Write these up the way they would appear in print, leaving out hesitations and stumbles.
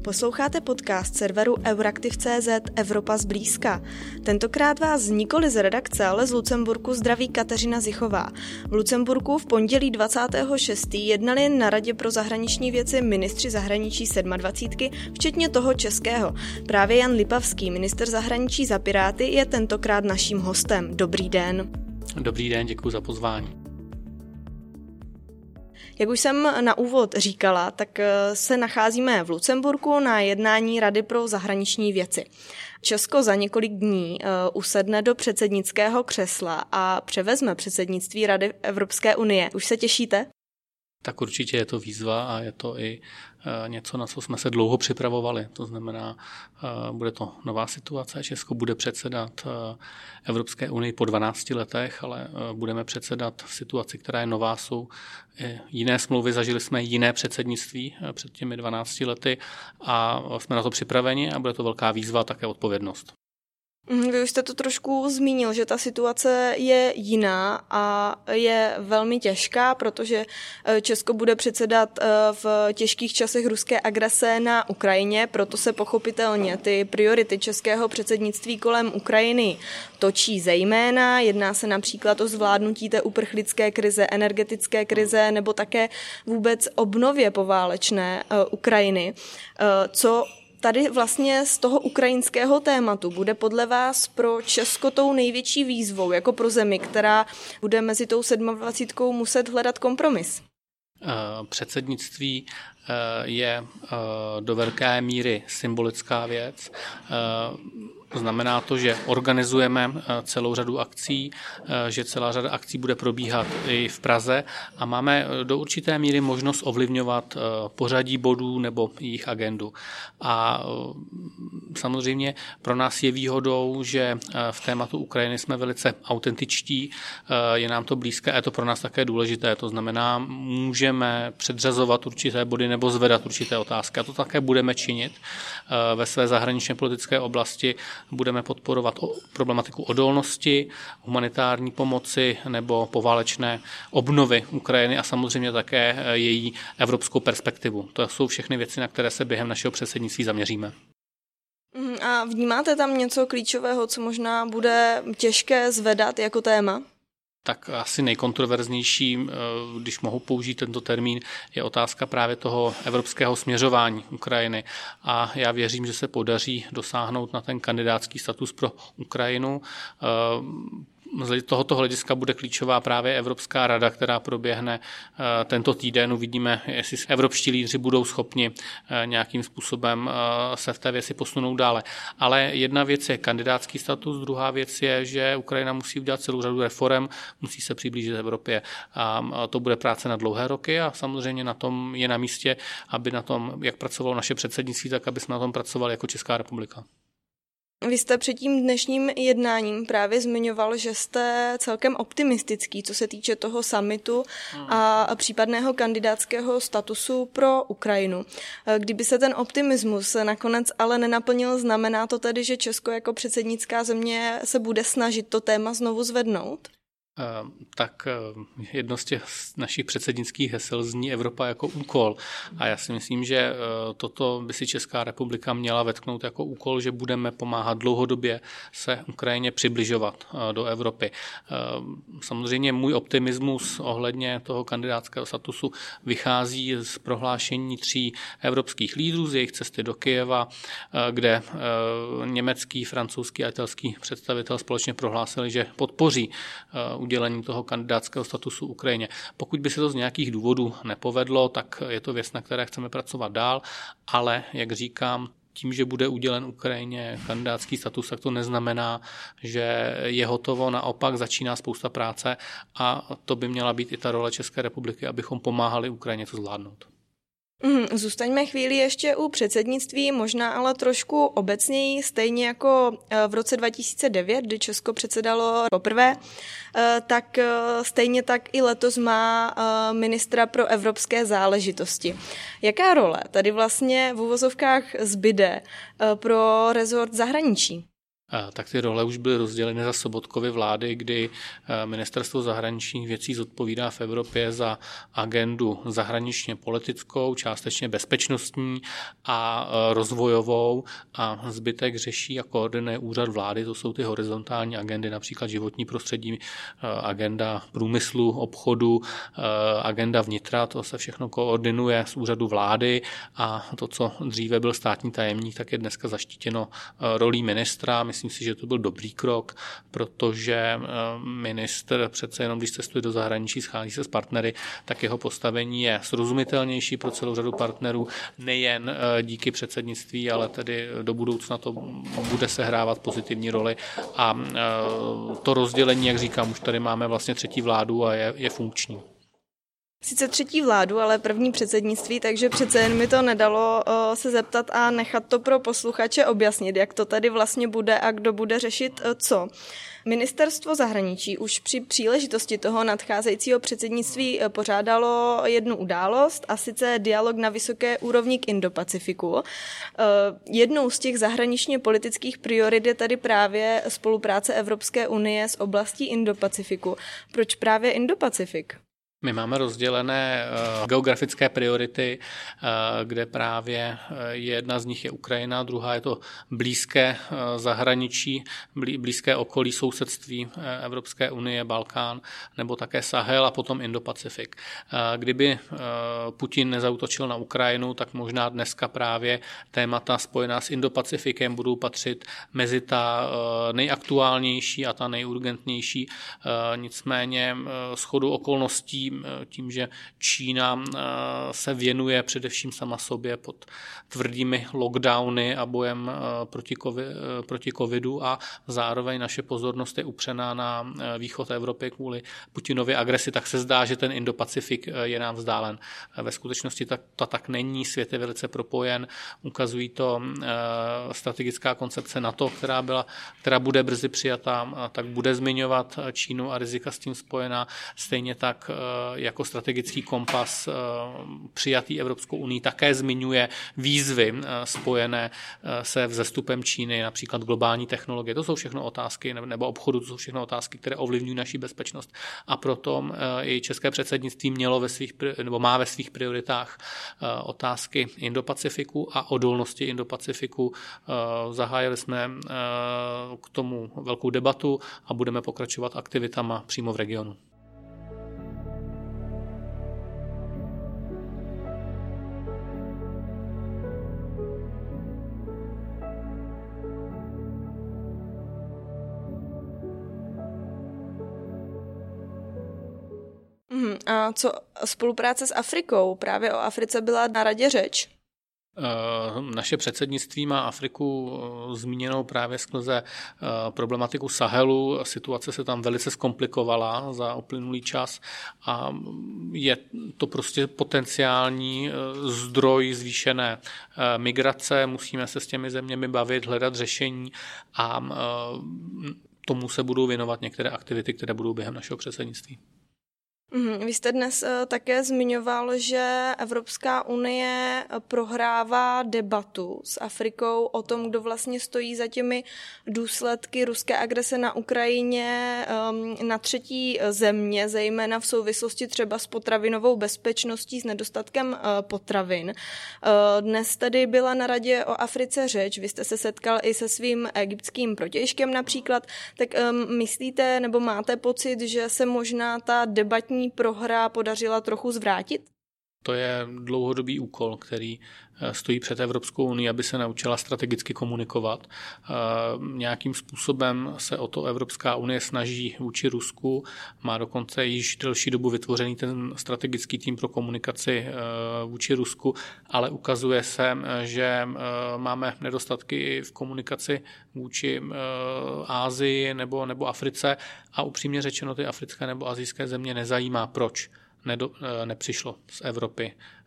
Posloucháte podcast serveru Euraktiv.cz Evropa zblízka. Tentokrát vás nikoli z redakce, ale z Lucemburku zdraví Kateřina Zichová. V Lucemburku v pondělí 26. jednali na Radě pro zahraniční věci ministři zahraničí 27, včetně toho českého. Právě Jan Lipavský, ministr zahraničí za Piráty, je tentokrát naším hostem. Dobrý den. Dobrý den, děkuji za pozvání. Jak už jsem na úvod říkala, tak se nacházíme v Lucemburku na jednání Rady pro zahraniční věci. Česko za několik dní usedne do předsednického křesla a převezme předsednictví Rady Evropské unie. Už se těšíte? Tak určitě je to výzva a je to i něco, na co jsme se dlouho připravovali. To znamená, bude to nová situace. Česko bude předsedat Evropské unii po 12 letech, ale budeme předsedat v situaci, která je nová. Jsou jiné smlouvy, zažili jsme jiné předsednictví před těmi 12 lety a jsme na to připraveni a bude to velká výzva a také odpovědnost. Vy už jste to trošku zmínil, že ta situace je jiná a je velmi těžká, protože Česko bude předsedat v těžkých časech ruské agrese na Ukrajině, proto se pochopitelně ty priority českého předsednictví kolem Ukrajiny točí zejména. Jedná se například o zvládnutí té uprchlické krize, energetické krize nebo také vůbec obnově poválečné Ukrajiny. Co tady vlastně z toho ukrajinského tématu bude podle vás pro Česko tou největší výzvou, jako pro zemi, která bude mezi tou 27 muset hledat kompromis? Předsednictví je do velké míry symbolická věc. Znamená to, že organizujeme celou řadu akcí, že celá řada akcí bude probíhat i v Praze a máme do určité míry možnost ovlivňovat pořadí bodů nebo jejich agendu. A samozřejmě pro nás je výhodou, že v tématu Ukrajiny jsme velice autentičtí, je nám to blízké a je to pro nás také důležité. To znamená, můžeme předřazovat určité body nebo zvedat určité otázky. A to také budeme činit ve své zahraničně politické oblasti. Budeme podporovat problematiku odolnosti, humanitární pomoci nebo poválečné obnovy Ukrajiny a samozřejmě také její evropskou perspektivu. To jsou všechny věci, na které se během našeho předsednictví zaměříme. A vnímáte tam něco klíčového, co možná bude těžké zvedat jako téma? Tak asi nejkontroverznější, když mohu použít tento termín, je otázka právě toho evropského směřování Ukrajiny. A já věřím, že se podaří dosáhnout na ten kandidátský status pro Ukrajinu. Z tohoto hlediska bude klíčová právě Evropská rada, která proběhne tento týden. Uvidíme, jestli evropští lídři budou schopni nějakým způsobem se v té věci posunout dále. Ale jedna věc je kandidátský status, druhá věc je, že Ukrajina musí udělat celou řadu reforem, musí se přiblížit Evropě. A to bude práce na dlouhé roky a samozřejmě na tom je na místě, aby na tom, jak pracovalo naše předsednictví, tak aby jsme na tom pracovali jako Česká republika. Vy jste před tím dnešním jednáním právě zmiňoval, že jste celkem optimistický, co se týče toho summitu a případného kandidátského statusu pro Ukrajinu. Kdyby se ten optimismus nakonec ale nenaplnil, znamená to tedy, že Česko jako předsednická země se bude snažit to téma znovu zvednout? Tak jedno z těch našich předsednických hesel zní Evropa jako úkol. A já si myslím, že toto by si Česká republika měla vetknout jako úkol, že budeme pomáhat dlouhodobě se Ukrajině přibližovat do Evropy. Samozřejmě můj optimismus ohledně toho kandidátského statusu vychází z prohlášení 3 evropských lídrů z jejich cesty do Kyjeva, kde německý, francouzský a italský představitel společně prohlásili, že podpoří udělení toho kandidátského statusu Ukrajině. Pokud by se to z nějakých důvodů nepovedlo, tak je to věc, na které chceme pracovat dál, ale jak říkám, tím, že bude udělen Ukrajině kandidátský status, tak to neznamená, že je hotovo, naopak začíná spousta práce a to by měla být i ta role České republiky, abychom pomáhali Ukrajině to zvládnout. Zůstaňme chvíli ještě u předsednictví, možná ale trošku obecněji, stejně jako v roce 2009, kdy Česko předsedalo poprvé, tak stejně tak i letos má ministra pro evropské záležitosti. Jaká role tady vlastně v uvozovkách zbyde pro rezort zahraničí? Tak ty role už byly rozděleny za Sobotkovy vlády, kdy ministerstvo zahraničních věcí zodpovídá v Evropě za agendu zahraničně politickou, částečně bezpečnostní a rozvojovou a zbytek řeší a koordinuje úřad vlády, to jsou ty horizontální agendy, například životní prostředí, agenda průmyslu, obchodu, agenda vnitra, to se všechno koordinuje z úřadu vlády a to, co dříve byl státní tajemník, tak je dneska zaštítěno rolí ministra. Myslím si, že to byl dobrý krok, protože ministr přece jenom, když cestuje do zahraničí, schází se s partnery, tak jeho postavení je srozumitelnější pro celou řadu partnerů, nejen díky předsednictví, ale tedy do budoucna to bude sehrávat pozitivní roli a to rozdělení, jak říkám, už tady máme vlastně třetí vládu a je funkční. Sice třetí vládu, ale první předsednictví, takže přece jen mi to nedalo se zeptat a nechat to pro posluchače objasnit, jak to tady vlastně bude a kdo bude řešit co. Ministerstvo zahraničí už při příležitosti toho nadcházejícího předsednictví pořádalo jednu událost, a sice dialog na vysoké úrovni k Indopacifiku. Jednou z těch zahraničně politických priorit je tady právě spolupráce Evropské unie s oblastí Indopacifiku. Proč právě Indopacifik? My máme rozdělené geografické priority, kde právě jedna z nich je Ukrajina, druhá je to blízké zahraničí, blízké okolí sousedství Evropské unie, Balkán, nebo také Sahel a potom Indopacifik. Kdyby Putin nezaútočil na Ukrajinu, tak možná dneska právě témata spojená s Indopacifikem budou patřit mezi ta nejaktuálnější a ta nejurgentnější. Nicméně shodou okolností tím, že Čína se věnuje především sama sobě pod tvrdými lockdowny a bojem proti covidu a zároveň naše pozornost je upřená na východ Evropy kvůli Putinově agresi, tak se zdá, že ten Indopacifik je nám vzdálen. Ve skutečnosti to tak není, svět je velice propojen, ukazují to strategická koncepce NATO, která bude brzy přijatá, tak bude zmiňovat Čínu a rizika s tím spojená, stejně tak jako strategický kompas přijatý Evropskou unii také zmiňuje výzvy spojené se vzestupem Číny, například globální technologie. To jsou všechno otázky, nebo obchodu, to jsou všechno otázky, které ovlivňují naši bezpečnost. A proto i české předsednictví má ve svých prioritách otázky Indopacifiku a odolnosti Indopacifiku. Zahájili jsme k tomu velkou debatu a budeme pokračovat aktivitama přímo v regionu. A co spolupráce s Afrikou? Právě o Africe byla na radě řeč. Naše předsednictví má Afriku zmíněnou právě skrze problematiku Sahelu. Situace se tam velice zkomplikovala za uplynulý čas a je to prostě potenciální zdroj zvýšené migrace. Musíme se s těmi zeměmi bavit, hledat řešení a tomu se budou věnovat některé aktivity, které budou během našeho předsednictví. Vy jste dnes také zmiňoval, že Evropská unie prohrává debatu s Afrikou o tom, kdo vlastně stojí za těmi důsledky ruské agrese na Ukrajině na třetí země, zejména v souvislosti třeba s potravinovou bezpečností, s nedostatkem potravin. Dnes tady byla na radě o Africe řeč, vy jste se setkal i se svým egyptským protějškem například, tak myslíte nebo máte pocit, že se možná ta debatní prohra podařila trochu zvrátit? To je dlouhodobý úkol, který stojí před Evropskou unii, aby se naučila strategicky komunikovat. Nějakým způsobem se o to Evropská unie snaží vůči Rusku. Má dokonce již delší dobu vytvořený ten strategický tým pro komunikaci vůči Rusku, ale ukazuje se, že máme nedostatky v komunikaci vůči Asii nebo Africe a upřímně řečeno ty africké nebo asijské země nezajímá, proč nepřišlo z Evropy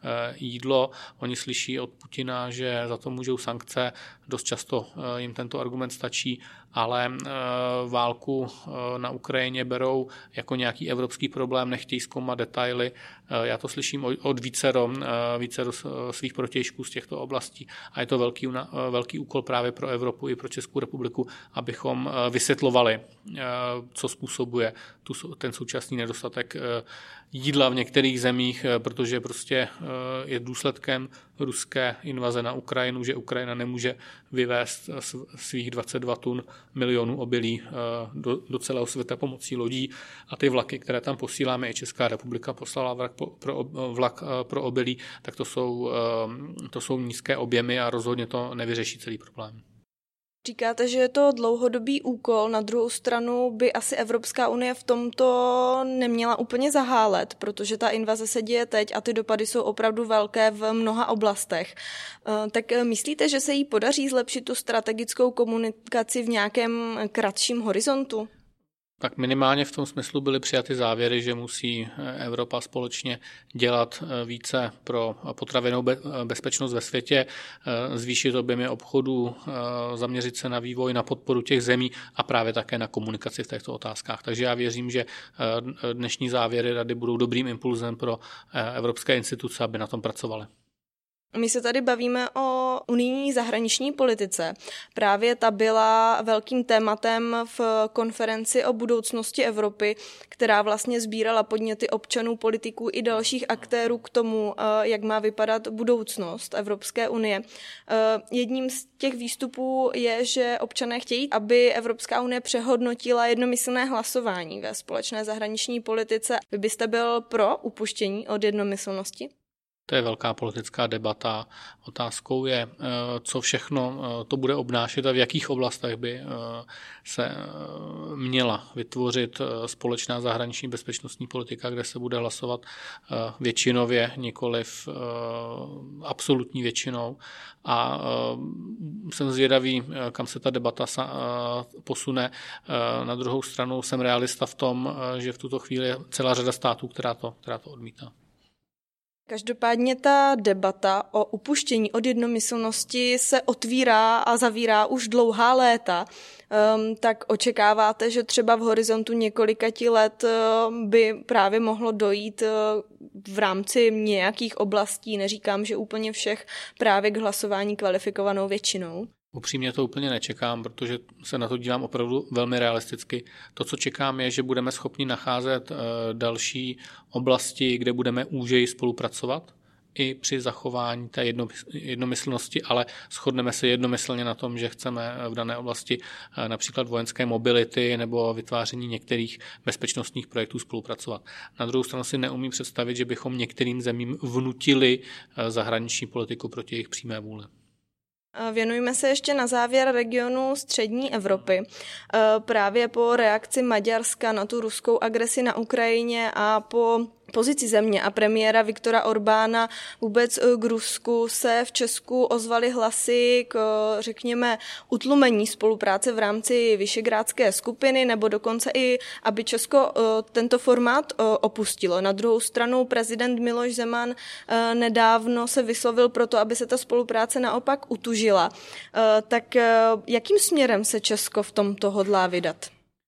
jídlo. Oni slyší od Putina, že za to můžou sankce, dost často jim tento argument stačí, ale válku na Ukrajině berou jako nějaký evropský problém, nechtějí zkoumat detaily. Já to slyším od vícero svých protějšků z těchto oblastí a je to velký úkol právě pro Evropu i pro Českou republiku, abychom vysvětlovali, co způsobuje ten současný nedostatek jídla v některých zemích, protože prostě je důsledkem ruské invaze na Ukrajinu, že Ukrajina nemůže vyvést svých 22 tun milionů obilí do celého světa pomocí lodí a ty vlaky, které tam posíláme, i Česká republika poslala vlak pro obilí, tak to jsou nízké objemy a rozhodně to nevyřeší celý problém. Říkáte, že je to dlouhodobý úkol, na druhou stranu by asi Evropská unie v tomto neměla úplně zahálet, protože ta invaze se děje teď a ty dopady jsou opravdu velké v mnoha oblastech. Tak myslíte, že se jí podaří zlepšit tu strategickou komunikaci v nějakém kratším horizontu? Tak minimálně v tom smyslu byly přijaty závěry, že musí Evropa společně dělat více pro potravinovou bezpečnost ve světě, zvýšit objemy obchodu, zaměřit se na vývoj, na podporu těch zemí a právě také na komunikaci v těchto otázkách. Takže já věřím, že dnešní závěry rady budou dobrým impulzem pro evropské instituce, aby na tom pracovaly. My se tady bavíme o unijní zahraniční politice. Právě ta byla velkým tématem v konferenci o budoucnosti Evropy, která vlastně sbírala podněty občanů, politiků i dalších aktérů k tomu, jak má vypadat budoucnost Evropské unie. Jedním z těch výstupů je, že občané chtějí, aby Evropská unie přehodnotila jednomyslné hlasování ve společné zahraniční politice. Vy byste byl pro upuštění od jednomyslnosti? To je velká politická debata. Otázkou je, co všechno to bude obnášet a v jakých oblastech by se měla vytvořit společná zahraniční bezpečnostní politika, kde se bude hlasovat většinově, nikoliv absolutní většinou. A jsem zvědavý, kam se ta debata posune. Na druhou stranu jsem realista v tom, že v tuto chvíli je celá řada států, která to odmítá. Každopádně ta debata o upuštění od jednomyslnosti se otvírá a zavírá už dlouhá léta. Tak očekáváte, že třeba v horizontu několika let by právě mohlo dojít v rámci nějakých oblastí, neříkám, že úplně všech, právě k hlasování kvalifikovanou většinou? Upřímně to úplně nečekám, protože se na to dívám opravdu velmi realisticky. To, co čekám, je, že budeme schopni nacházet další oblasti, kde budeme úžeji spolupracovat i při zachování té jednomyslnosti, ale shodneme se jednomyslně na tom, že chceme v dané oblasti například vojenské mobility nebo vytváření některých bezpečnostních projektů spolupracovat. Na druhou stranu si neumím představit, že bychom některým zemím vnutili zahraniční politiku proti jejich přímé vůli. Věnujeme se ještě na závěr regionu střední Evropy. Právě po reakci Maďarska na tu ruskou agresi na Ukrajině a po pozici země a premiéra Viktora Orbána vůbec k Rusku se v Česku ozvaly hlasy k, řekněme, utlumení spolupráce v rámci Visegrádské skupiny nebo dokonce i, aby Česko tento formát opustilo. Na druhou stranu prezident Miloš Zeman nedávno se vyslovil proto, aby se ta spolupráce naopak utužila. Tak jakým směrem se Česko v tomto hodlá vydat?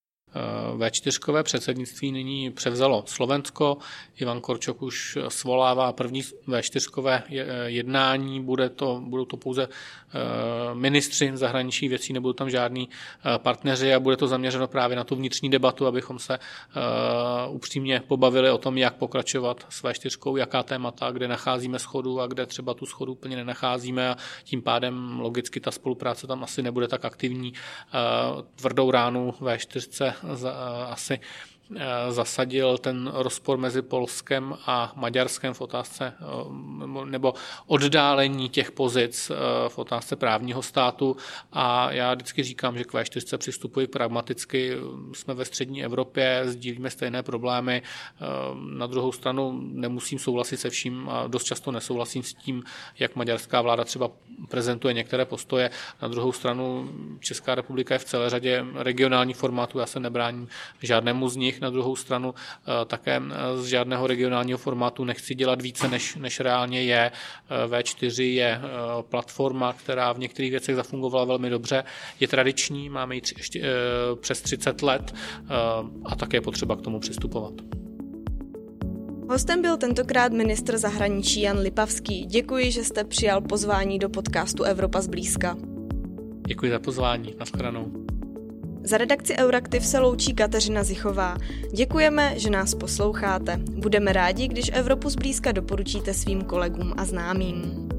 V4 předsednictví nyní převzalo Slovensko. Ivan Korčok už svolává první V4 jednání. Budou to pouze ministři zahraničních věcí, nebudou tam žádní partneři a bude to zaměřeno právě na tu vnitřní debatu, abychom se upřímně pobavili o tom, jak pokračovat s V4, jaká témata, kde nacházíme shodu a kde třeba tu shodu úplně nenacházíme a tím pádem logicky ta spolupráce tam asi nebude tak aktivní. Tvrdou ránu V4 asi zasadil ten rozpor mezi Polskem a Maďarskem v otázce nebo oddálení těch pozic v otázce právního státu a já vždycky říkám, že k V4 přistupuji pragmaticky, jsme ve střední Evropě, sdílíme stejné problémy, na druhou stranu nemusím souhlasit se vším a dost často nesouhlasím s tím, jak maďarská vláda třeba prezentuje některé postoje, na druhou stranu Česká republika je v celé řadě regionálních formátů, já se nebráním žádnému z nich bych na druhou stranu také z žádného regionálního formátu nechci dělat více, než reálně je. V4 je platforma, která v některých věcech zafungovala velmi dobře, je tradiční, máme ji ještě přes 30 let a také je potřeba k tomu přistupovat. Hostem byl tentokrát ministr zahraničí Jan Lipavský. Děkuji, že jste přijal pozvání do podcastu Evropa zblízka. Děkuji za pozvání. Naschledanou. Za redakci Euraktiv se loučí Kateřina Zichová. Děkujeme, že nás posloucháte. Budeme rádi, když Evropu zblízka doporučíte svým kolegům a známým.